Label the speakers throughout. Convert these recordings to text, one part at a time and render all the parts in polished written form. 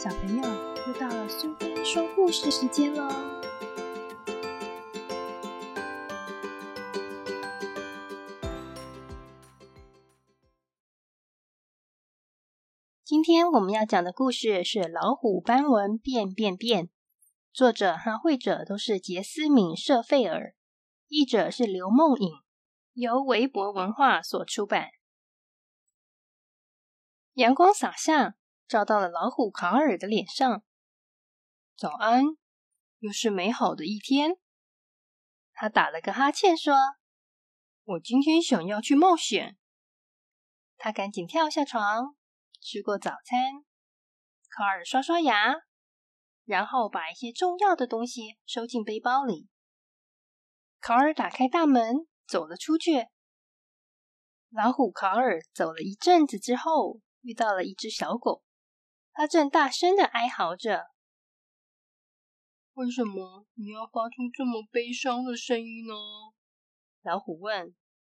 Speaker 1: 小朋友，又到了苏菲说故事时间咯。今天我们要讲的故事是老虎斑纹变变变，作者和绘者都是杰斯敏·舍费尔，译者是刘梦颖，由微博文化所出版。阳光洒下，照到了老虎卡尔的脸上。早安，又是美好的一天。他打了个哈欠说，我今天想要去冒险。他赶紧跳下床，吃过早餐。卡尔刷刷牙，然后把一些重要的东西收进背包里。卡尔打开大门，走了出去。老虎卡尔走了一阵子之后，遇到了一只小狗，它正大声地哀嚎着。为什么你要发出这么悲伤的声音呢？老虎问。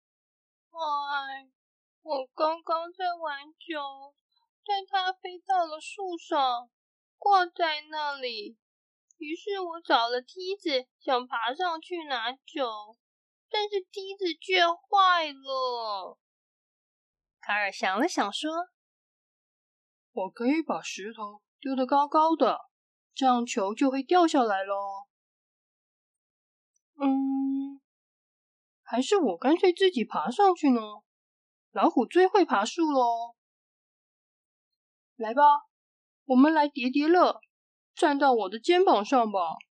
Speaker 1: 我刚刚在玩球，但它飞到了树上，挂在那里。于是我找了梯子，想爬上去拿球，但是梯子却坏了。卡尔想了想说，我可以把石头丢得高高的，这样球就会掉下来咯。还是我干脆自己爬上去呢？老虎最会爬树咯。来吧，我们来叠叠乐，站到我的肩膀上吧。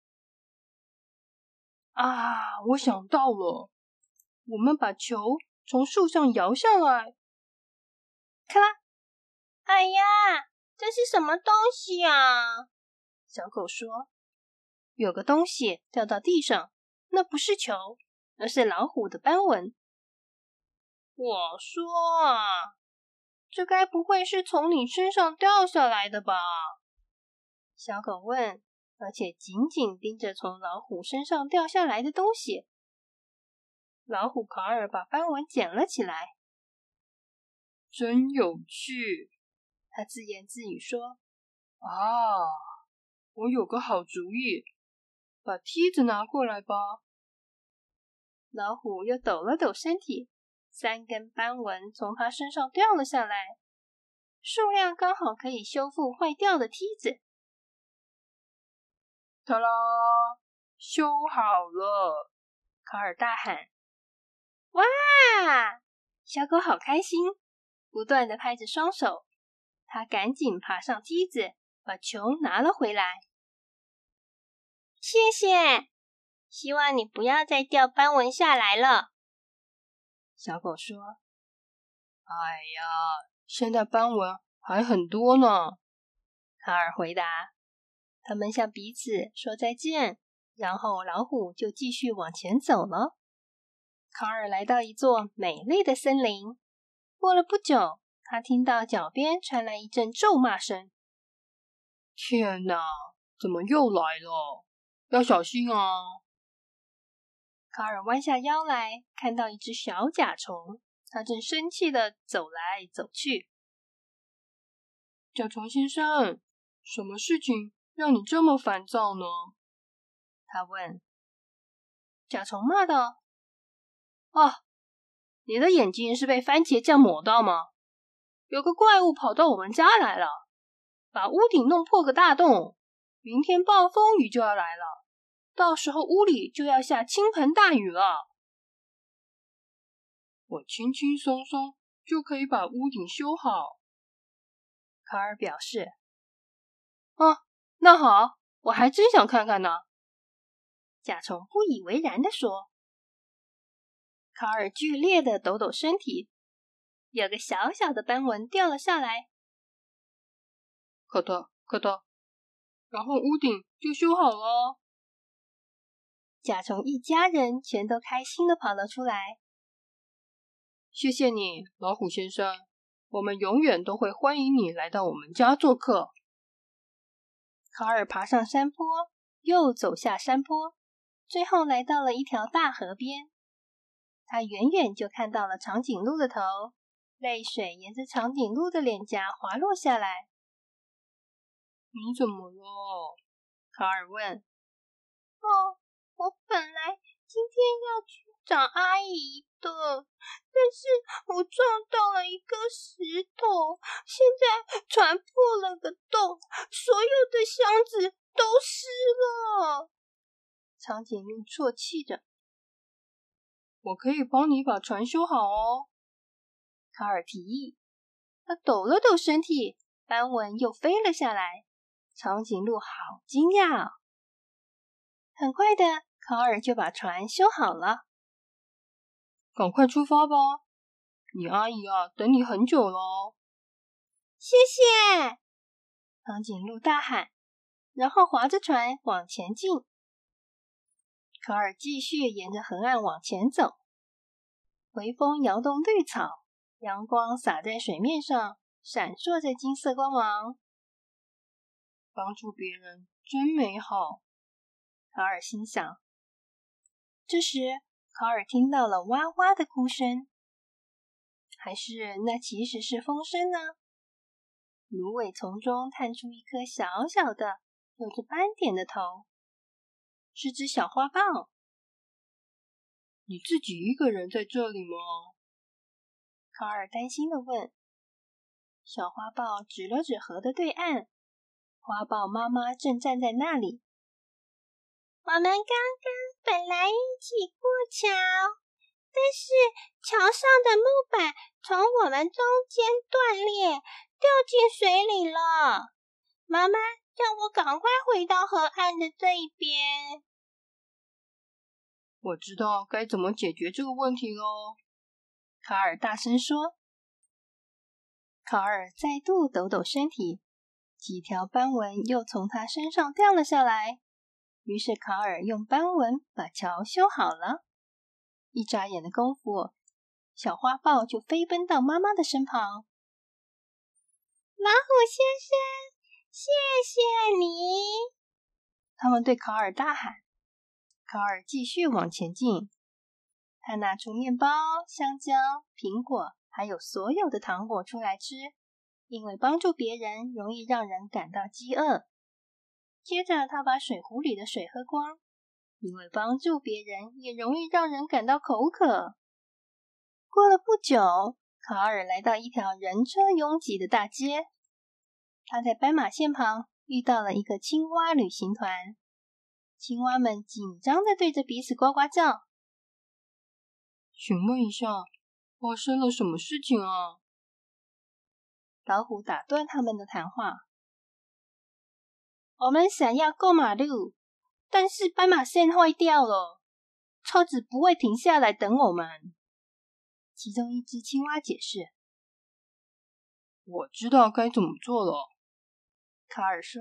Speaker 1: 我想到了，我们把球从树上摇下来。咔啦！哎呀，这是什么东西啊？小狗说，有个东西掉到地上，那不是球，而是老虎的斑纹。我说这该不会是从你身上掉下来的吧？小狗问，而且紧紧盯着从老虎身上掉下来的东西。老虎卡尔把斑纹捡了起来。真有趣，他自言自语说。我有个好主意，把梯子拿过来吧。老虎又抖了抖身体，3根斑纹从他身上掉了下来，数量刚好可以修复坏掉的梯子。哒啦，修好了！卡尔大喊。哇！小狗好开心，不断地拍着双手。他赶紧爬上梯子，把球拿了回来。谢谢，希望你不要再掉斑纹下来了。小狗说。哎呀，现在斑纹还很多呢。卡尔回答。他们向彼此说再见，然后老虎就继续往前走了。卡尔来到一座美丽的森林，过了不久，他听到脚边传来一阵咒骂声。天哪，怎么又来了？要小心啊！卡尔弯下腰来，看到一只小甲虫，它正生气地走来走去。甲虫先生，什么事情让你这么烦躁呢？他问。甲虫骂道。你的眼睛是被番茄酱抹到吗？有个怪物跑到我们家来了，把屋顶弄破个大洞，明天暴风雨就要来了，到时候屋里就要下倾盆大雨了。我轻轻松松就可以把屋顶修好，卡尔表示。那好，我还真想看看呢。甲虫不以为然地说。卡尔剧烈地抖抖身体，有个小小的斑纹掉了下来。咔嗒咔嗒，然后屋顶就修好了。甲虫一家人全都开心地跑了出来。谢谢你，老虎先生，我们永远都会欢迎你来到我们家做客。卡尔爬上山坡，又走下山坡，最后来到了一条大河边。他远远就看到了长颈鹿的头，泪水沿着长颈鹿的脸颊滑落下来。 你怎么了？卡尔问。
Speaker 2: 我本来今天要去找阿姨的，但是我撞到了一个石头，现在船破了个洞，所有的箱子都湿了。
Speaker 1: 长颈鹿啜泣着。我可以帮你把船修好哦，卡尔提议。他抖了抖身体，斑纹又飞了下来。长颈鹿好惊讶哦。很快的，卡尔就把船修好了。赶快出发吧，你阿姨啊，等你很久了哦。
Speaker 2: 谢谢！
Speaker 1: 长颈鹿大喊，然后划着船往前进。卡尔继续沿着河岸往前走，微风摇动绿草，阳光洒在水面上，闪烁着金色光芒。帮助别人真美好，卡尔心想。这时，卡尔听到了哇哇的哭声，还是那其实是风声呢？芦苇丛中探出一颗小小的、有着斑点的头，是只小花豹。你自己一个人在这里吗？卡尔担心地问。小花豹指了指河的对岸，花豹妈妈正站在那里。
Speaker 2: 我们刚刚本来一起过桥，但是桥上的木板从我们中间断裂，掉进水里了。妈妈让我赶快回到河岸的这一边。
Speaker 1: 我知道该怎么解决这个问题咯，卡尔大声说。卡尔再度抖抖身体，几条斑纹又从他身上掉了下来。于是卡尔用斑纹把桥修好了。一眨眼的功夫，小花豹就飞奔到妈妈的身旁。
Speaker 2: 老虎先生，谢谢你！
Speaker 1: 他们对卡尔大喊。卡尔继续往前进，他拿出面包、香蕉、苹果，还有所有的糖果出来吃，因为帮助别人容易让人感到饥饿。接着他把水壶里的水喝光，因为帮助别人也容易让人感到口渴。过了不久，卡尔来到一条人车拥挤的大街。他在斑马线旁遇到了一个青蛙旅行团。青蛙们紧张地对着彼此呱呱叫。请问一下，发生了什么事情啊？老虎打断他们的谈话。我们想要过马路，但是斑马线坏掉了，车子不会停下来等我们。其中一只青蛙解释。我知道该怎么做了，卡尔说。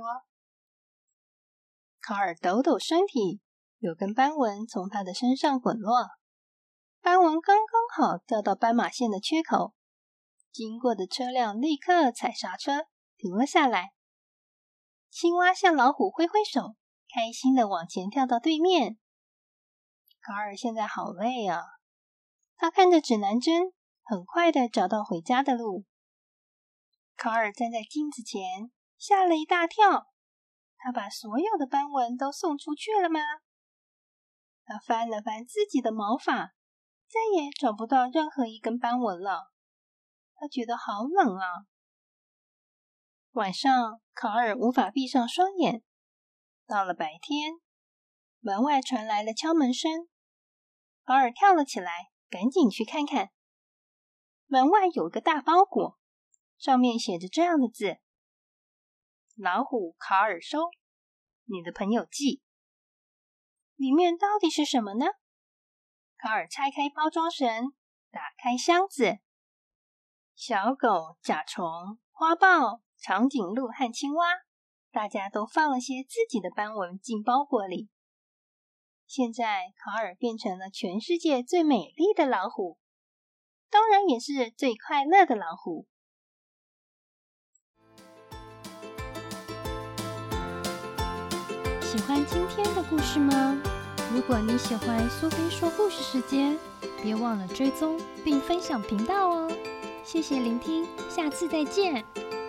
Speaker 1: 卡尔抖抖身体，有根斑纹从他的身上滚落，斑纹刚刚好掉到斑马线的缺口，经过的车辆立刻踩刹车，停了下来。青蛙向老虎挥挥手，开心地往前跳到对面。卡尔现在好累啊，他看着指南针，很快地找到回家的路。卡尔站在镜子前，吓了一大跳。他把所有的斑纹都送出去了吗？他翻了翻自己的毛发，再也找不到任何一根斑纹了。他觉得好冷啊。晚上，卡尔无法闭上双眼。到了白天，门外传来了敲门声。卡尔跳了起来，赶紧去看看。门外有个大包裹，上面写着这样的字：老虎卡尔收，你的朋友寄。里面到底是什么呢？卡尔拆开包装绳，打开箱子。小狗、甲虫、花豹、长颈鹿和青蛙，大家都放了些自己的斑纹进包裹里。现在卡尔变成了全世界最美丽的老虎，当然也是最快乐的老虎。
Speaker 3: 喜欢今天的故事吗？如果你喜欢苏菲说故事时间，别忘了追踪并分享频道哦。谢谢聆听，下次再见。